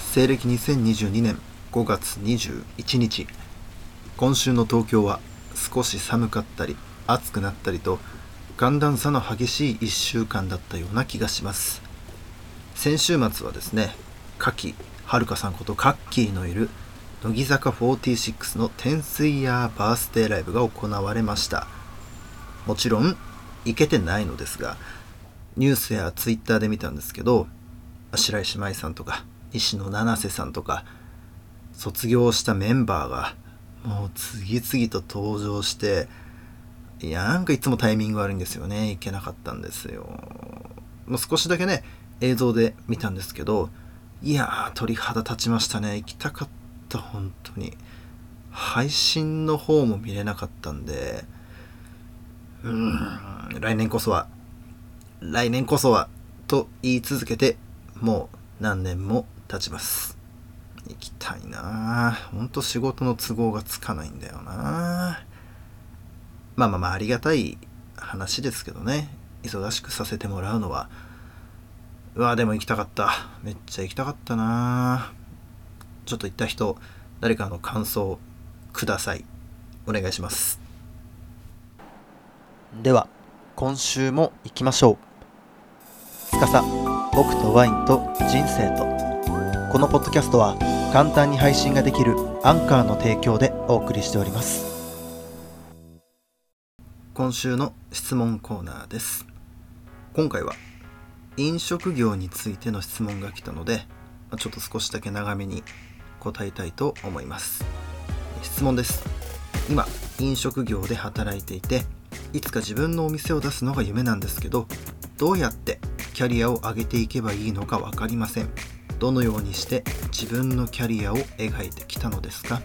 西暦2022年5月21日、今週の東京は少し寒かったり暑くなったりと寒暖差の激しい1週間だったような気がします。先週末はですね、柿はるかさんことカッキーのいる乃木坂46の10スイヤーバースデーライブが行われました。もちろん行けてないのですが、ニュースやツイッターで見たんですけど、白石麻衣さんとか西野七瀬さんとか卒業したメンバーがもう次々と登場して、なんかいつもタイミング悪いんですよね。行けなかったんですよ。もう少しだけね映像で見たんですけど、いやー鳥肌立ちましたね。行きたかった、本当に。配信の方も見れなかったんで、来年こそはと言い続けてもう何年も経ちます。行きたいなぁ。ほんと仕事の都合がつかないんだよな。まあありがたい話ですけどね、忙しくさせてもらうのは。でも行きたかった。めっちゃ行きたかったな。ちょっと行った人、誰かの感想ください。お願いします。では今週も行きましょう。司、僕とワインと人生と。このポッドキャストは簡単に配信ができるアンカーの提供でお送りしております。今週の質問コーナーです。今回は飲食業についての質問が来たので、ちょっと少しだけ長めに答えたいと思います。質問です。今飲食業で働いていて、いつか自分のお店を出すのが夢なんですけど、どうやってキャリアを上げていけばいいのか分かりません。どのようにして自分のキャリアを描いてきたのですか？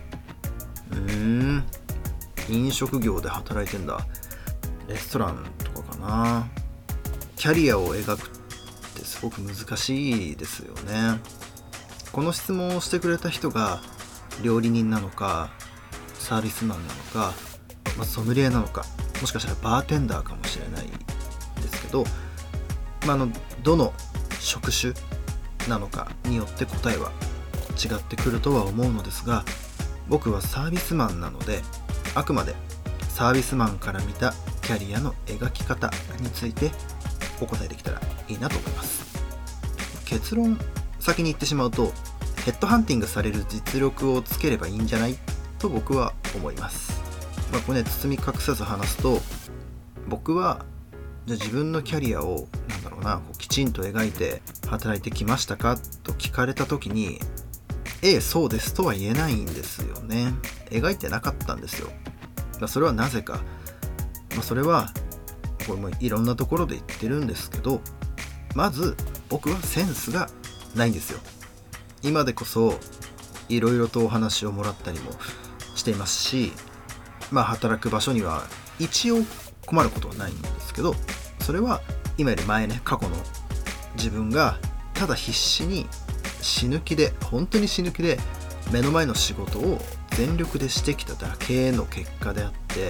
飲食業で働いてんだ。レストランとかかな。キャリアを描くってすごく難しいですよね。この質問をしてくれた人が料理人なのか、サービスマンなのか、ソムリエなのか、もしかしたらバーテンダーかもしれないですけど、どの職種なのかによって答えは違ってくるとは思うのですが、僕はサービスマンなので、あくまでサービスマンから見たキャリアの描き方についてお答えできたらいいなと思います。結論先に言ってしまうと、ヘッドハンティングされる実力をつければいいんじゃないと僕は思います。これね、包み隠さず話すと、僕はじゃあ自分のキャリアをきちんと描いて働いてきましたかと聞かれた時に、そうですとは言えないんですよね。描いてなかったんですよ。それはなぜか、それはこれもいろんなところで言ってるんですけど、まず僕はセンスがないんですよ。今でこそいろいろとお話をもらったりもしていますし、働く場所には一応困ることはないんですけど、それは今より前ね、過去の自分がただ必死に本当に死ぬ気で目の前の仕事を全力でしてきただけの結果であって、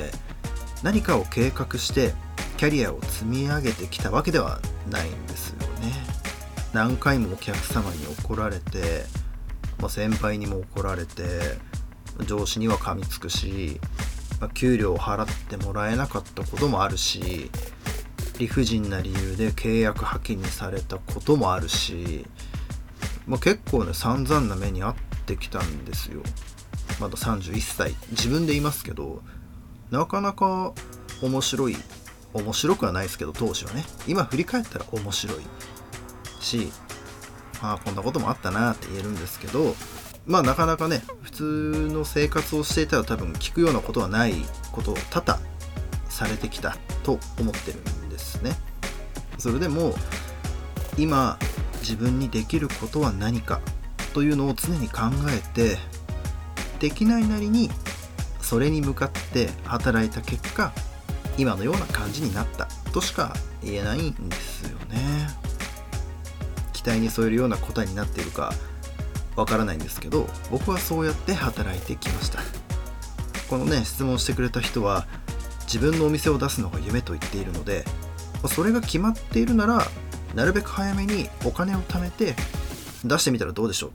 何かを計画してキャリアを積み上げてきたわけではないんですよね。何回もお客様に怒られて、先輩にも怒られて、上司には噛みつくし、給料を払ってもらえなかったこともあるし、理不尽な理由で契約破棄にされたこともあるし、結構ね散々な目に遭ってきたんですよ。まだ31歳、自分で言いますけど、なかなか面白くはないですけど、当時はね、今振り返ったら面白いし、こんなこともあったなって言えるんですけど、なかなかね、普通の生活をしていたら多分聞くようなことはないことを多々されてきたと思ってるんですね。それでも今自分にできることは何かというのを常に考えて、できないなりにそれに向かって働いた結果、今のような感じになったとしか言えないんですよね。期待に添えるような答えになっているかわからないんですけど、僕はそうやって働いてきました。このね、質問してくれた人は自分のお店を出すのが夢と言っているので、それが決まっているならなるべく早めにお金を貯めて出してみたらどうでしょう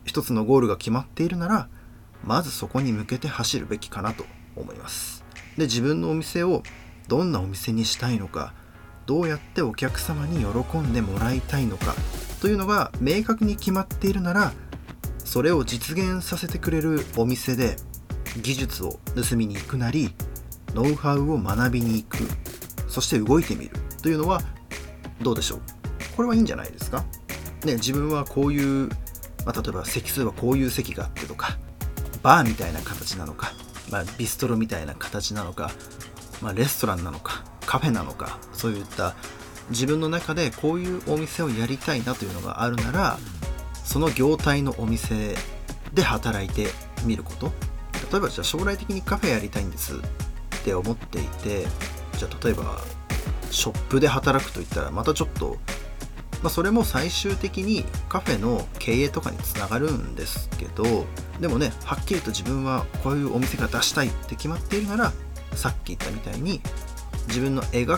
一つのゴールが決まっているなら、まずそこに向けて走るべきかなと思います。で、自分のお店をどんなお店にしたいのか、どうやってお客様に喜んでもらいたいのかというのが明確に決まっているなら、それを実現させてくれるお店で技術を盗みに行くなり、ノウハウを学びに行く、そして動いてみるというのはどうでしょう。これはいいんじゃないですかね。自分はこういう、例えば席数はこういう席があってとか、バーみたいな形なのか、ビストロみたいな形なのか、レストランなのかカフェなのか、そういった自分の中でこういうお店をやりたいなというのがあるなら、その業態のお店で働いてみること。例えばじゃあ将来的にカフェやりたいんですって思っていて、じゃあ例えばショップで働くといったらまたちょっと、それも最終的にカフェの経営とかにつながるんですけど、でもね、はっきりと自分はこういうお店が出したいって決まっているなら、さっき言ったみたいに自分の描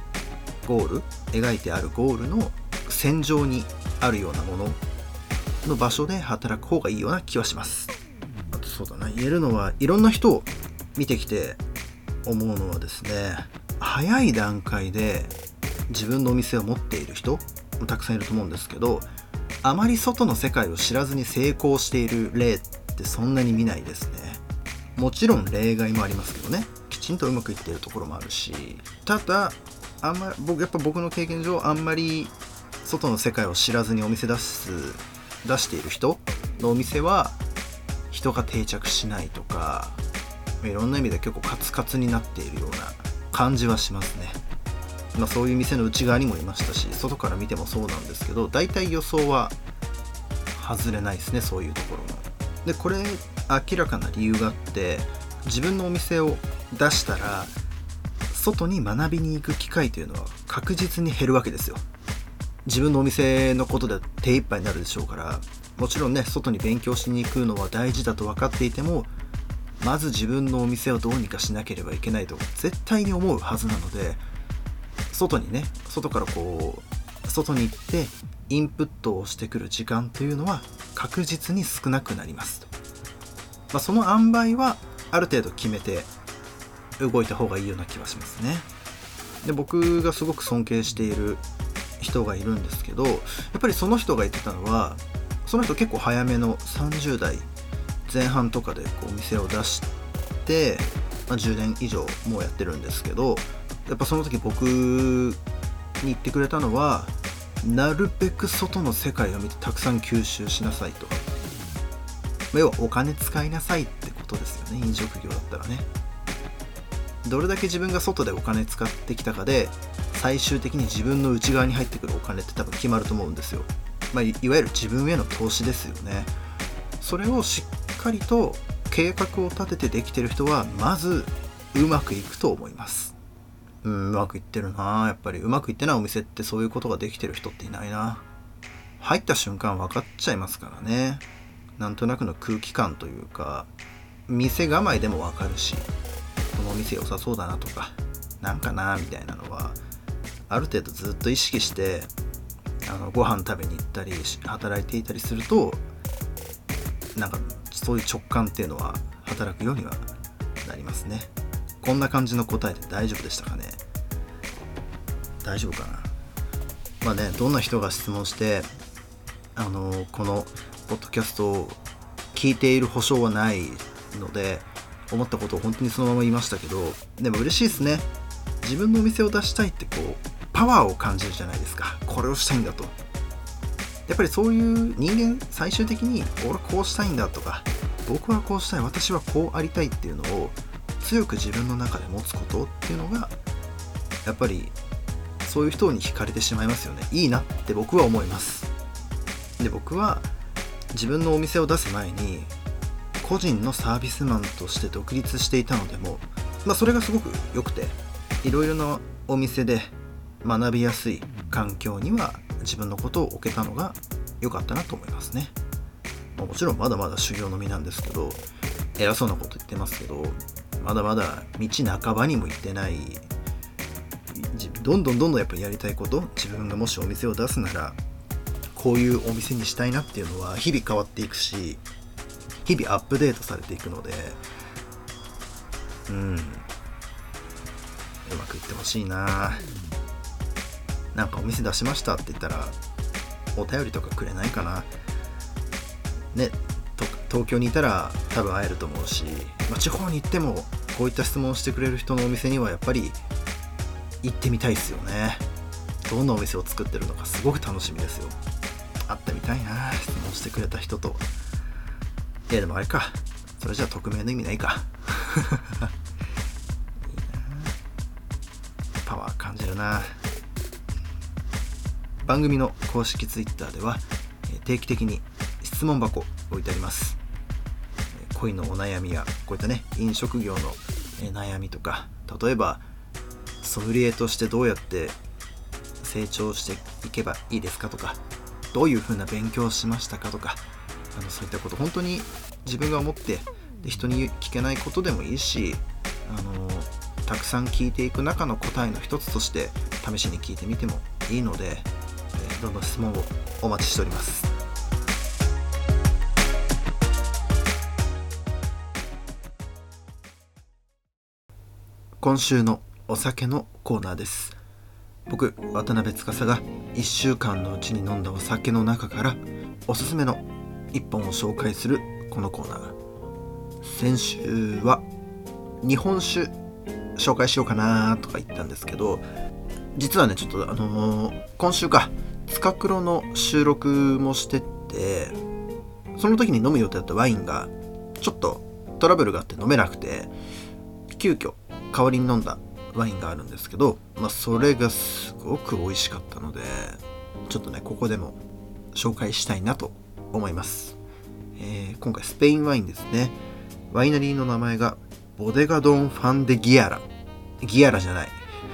いてあるゴールの線上にあるようなものの場所で働く方がいいような気はします。あとそうだな、言えるのはいろんな人を見てきて思うのはですね、早い段階で自分のお店を持っている人もたくさんいると思うんですけど、あまり外の世界を知らずに成功している例ってそんなに見ないですね。もちろん例外もありますけどね、きちんとうまくいっているところもあるし、ただ僕の経験上、あんまり外の世界を知らずにお店出している人のお店は人が定着しないとか、いろんな意味で結構カツカツになっているような感じはしますね。そういう店の内側にもいましたし、外から見てもそうなんですけど、大体予想は外れないですね、そういうところの。で、これ明らかな理由があって、自分のお店を出したら外に学びに行く機会というのは確実に減るわけですよ。自分のお店のことで手一杯になるでしょうから、もちろんね、外に勉強しに行くのは大事だと分かっていても、まず自分のお店をどうにかしなければいけないと絶対に思うはずなので、外から外に行ってインプットをしてくる時間というのは確実に少なくなりますと。その塩梅はある程度決めて動いた方がいいような気はしますね。で、僕がすごく尊敬している人がいるんですけど、やっぱりその人が言ってたのは、その人結構早めの30代前半とかでお店を出して、10年以上もうやってるんですけど、やっぱその時僕に言ってくれたのは、なるべく外の世界を見てたくさん吸収しなさいと。要はお金使いなさいってことですよね、飲食業だったらね。どれだけ自分が外でお金使ってきたかで、最終的に自分の内側に入ってくるお金って多分決まると思うんですよ。いわゆる自分への投資ですよね。それをしっかりと計画を立ててできてる人はまずうまくいくと思います。うまくいってるな。やっぱりうまくいってないお店ってそういうことができてる人っていないな。入った瞬間分かっちゃいますからね。なんとなくの空気感というか、店構えでも分かるし、このお店良さそうだなとか、なんかなみたいなのはある程度ずっと意識してご飯食べに行ったり働いていたりすると、なんかそういう直感っていうのは働くようにはなりますね。こんな感じの答えで大丈夫でしたかね。大丈夫かな。どんな人が質問してこのポッドキャストを聞いている保証はないので、思ったことを本当にそのまま言いましたけど、でも嬉しいですね。自分のお店を出したいってパワーを感じるじゃないですか。これをしたいんだと。やっぱりそういう人間、最終的に俺こうしたいんだとか、僕はこうしたい、私はこうありたいっていうのを強く自分の中で持つことっていうのが、やっぱりそういう人に惹かれてしまいますよね。いいなって僕は思います。で、僕は自分のお店を出す前に個人のサービスマンとして独立していたのでも、それがすごく良くて、いろいろなお店で学びやすい環境には自分のことを置けたのが良かったなと思いますね。もちろんまだまだ修行の身なんですけど、偉そうなこと言ってますけど、まだまだ道半ばにも行ってない。どんどんやっぱりやりたいこと、自分がもしお店を出すならここういうお店にしたいなっていうのは日々変わっていくし、日々アップデートされていくので、うまくいってほしいな。なんかお店出しましたって言ったらお便りとかくれないかなね。東京にいたら多分会えると思うし、地方に行ってもこういった質問をしてくれる人のお店にはやっぱり行ってみたいですよね。どんなお店を作ってるのかすごく楽しみですよ。会ってみたいな、質問してくれた人と。いやでもあれか、それじゃあ匿名の意味ないか。いいな、パワー感じるな。番組の公式ツイッターでは定期的に質問箱を置いてあります。恋のお悩みやこういったね、飲食業の悩みとか、例えばソムリエとしてどうやって成長していけばいいですかとか、どういうふうな勉強をしましたかとか、そういったこと本当に自分が思ってで人に聞けないことでもいいし、たくさん聞いていく中の答えの一つとして試しに聞いてみてもいいので、どんどん質問をお待ちしております。今週のお酒のコーナーです。僕、渡辺司が1週間のうちに飲んだお酒の中からおすすめの1本を紹介するこのコーナー。先週は日本酒紹介しようかなとか言ったんですけど、実はねちょっと今週か塚黒の収録もしてて、その時に飲む予定だったワインがちょっとトラブルがあって飲めなくて、急遽代わりに飲んだワインがあるんですけど、それがすごく美味しかったので、ちょっとねここでも紹介したいなと思います。今回スペインワインですね。ワイナリーの名前がボデガドン・ファンデ・ギアラじゃない、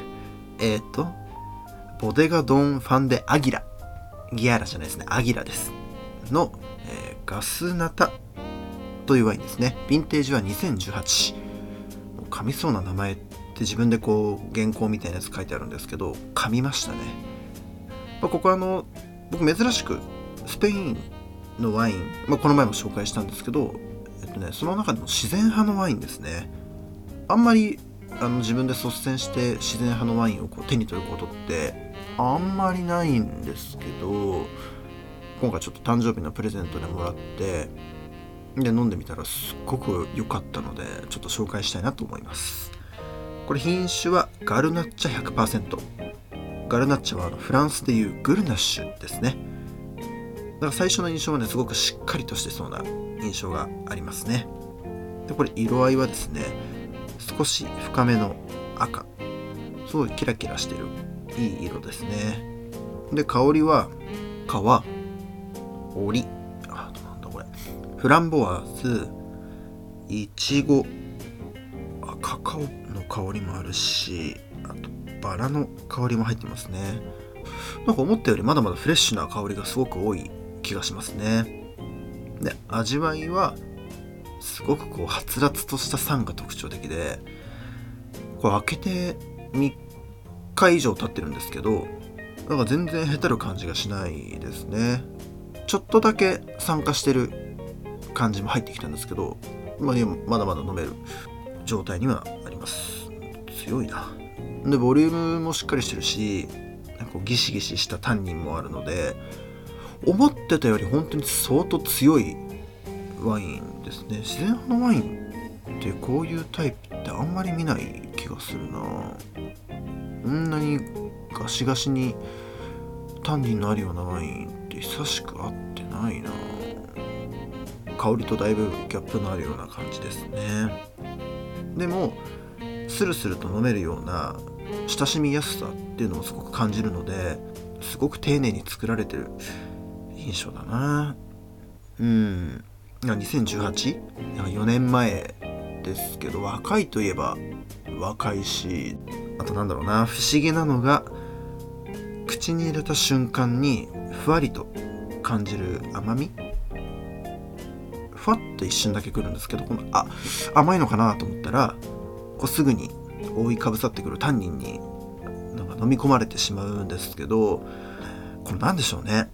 ボデガドン・ファンデ・アギラじゃないですね、アギラですの、ガスナタというワインですね。ヴィンテージは2018。噛みそうな名前って自分でこう原稿みたいなやつ書いてあるんですけど、噛みましたね。ここは僕珍しくスペインのワイン、この前も紹介したんですけど、その中でも自然派のワインですね。あんまり自分で率先して自然派のワインを手に取ることってあんまりないんですけど、今回ちょっと誕生日のプレゼントでもらってで飲んでみたらすっごく良かったので、ちょっと紹介したいなと思います。これ品種はガルナッチャ 100%。 ガルナッチャはフランスでいうグルナッシュですね。だから最初の印象はねすごくしっかりとしてそうな印象がありますね。でこれ色合いはですね、少し深めの赤、すごいキラキラしてるいい色ですね。で香りは皮、オリ、なんだこれ、フランボワーズ、イチゴ、カカオの香りもあるし、あとバラの香りも入ってますね。なんか思ったよりまだまだフレッシュな香りがすごく多い気がしますね。で味わいはすごくはつらつとした酸が特徴的で、これ開けて3日以上経ってるんですけど、なんか全然へたる感じがしないですね。ちょっとだけ酸化してる感じも入ってきたんですけど、まだまだ飲める状態にはあります。強いな。でボリュームもしっかりしてるし、なんかギシギシしたタンニンもあるので、思ってたより本当に相当強いワインですね。自然派のワインってこういうタイプってあんまり見ない気がするな。こんなにガシガシにタンニンのあるようなワインって久しく合ってないな。香りとだいぶギャップのあるような感じですね。でもスルスルと飲めるような親しみやすさっていうのをすごく感じるので、すごく丁寧に作られてる印象だな。2018、4年前ですけど、若いといえば若いし、あと不思議なのが口に入れた瞬間にふわりと感じる甘み、ふわっと一瞬だけ来るんですけど、甘いのかなと思ったらすぐに覆いかぶさってくるタンニンに飲み込まれてしまうんですけど、これなんでしょうね、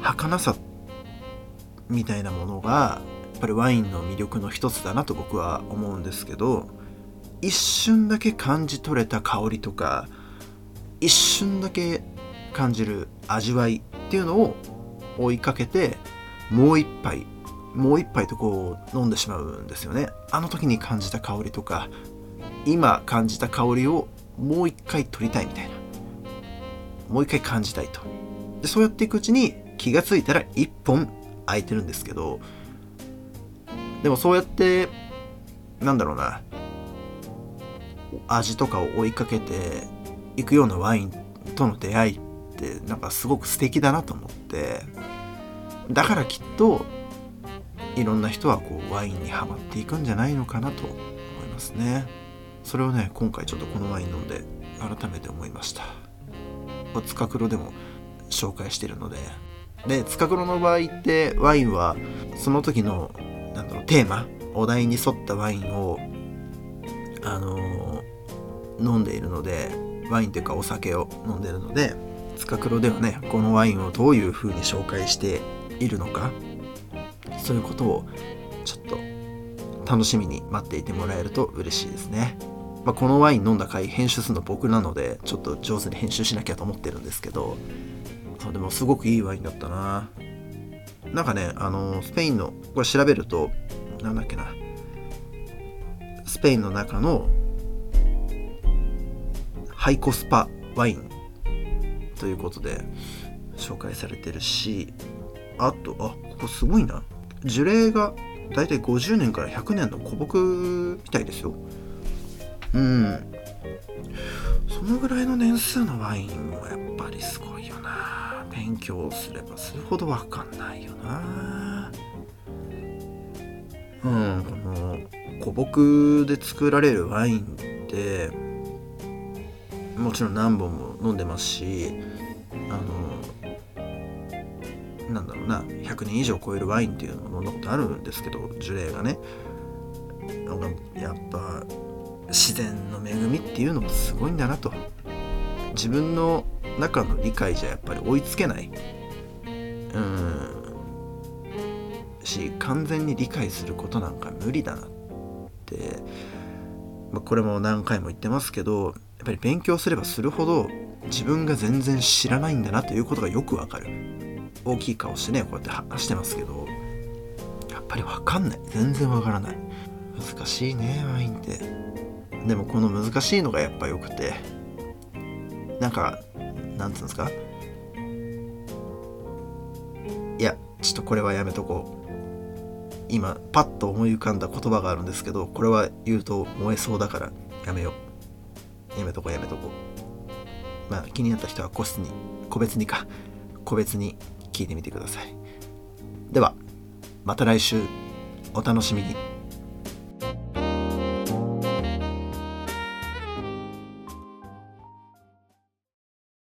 儚さみたいなものがやっぱりワインの魅力の一つだなと僕は思うんですけど、一瞬だけ感じ取れた香りとか一瞬だけ感じる味わいっていうのを追いかけてもう一杯とこう飲んでしまうんですよね。あの時に感じた香りとか今感じた香りをもう一回取りたいみたいな、もう一回感じたいと。でそうやっていくうちに気がついたら一本空いてるんですけど、でもそうやってなんだろうな、味とかを追いかけていくようなワインとの出会いってなんかすごく素敵だなと思って、だからきっといろんな人はこうワインにハマっていくんじゃないのかなと思いますね。それをね今回ちょっとこのワイン飲んで改めて思いました。塚黒でも紹介しているので、で塚黒の場合ってワインはその時のテーマお題に沿ったワインを飲んでいるので、ワインというかお酒を飲んでいるので、塚黒ではねこのワインをどういう風に紹介しているのか、そういうことをちょっと楽しみに待っていてもらえると嬉しいですね。このワイン飲んだ回編集するの僕なのでちょっと上手に編集しなきゃと思ってるんですけど、でもすごくいいワインだったな。なんかねスペインのこれ調べるとなんだっけな、スペインの中のハイコスパワインということで紹介されてるし、あとここすごいな、樹齢がだいたい50年から100年の古木みたいですよ。そのぐらいの年数のワインもやっぱりすごいよな。勉強すればするほど分かんないよな。この古木で作られるワインってもちろん何本も飲んでますし、なんだろうな、100年以上超えるワインっていうのを飲んだことあるんですけど、樹齢がね、やっぱ自然の恵みっていうのもすごいんだなと。自分の中の理解じゃやっぱり追いつけないし、完全に理解することなんか無理だなって、これも何回も言ってますけど、やっぱり勉強すればするほど自分が全然知らないんだなということがよくわかる。大きい顔してねこうやって話してますけど、やっぱりわかんない、全然わからない。難しいねワインって。でもこの難しいのがやっぱよくて、なんかなんつうんですか、いやちょっとこれはやめとこう。今パッと思い浮かんだ言葉があるんですけど、これは言うと燃えそうだからやめとこう。気になった人は個別に聞いてみてください。ではまた来週お楽しみに。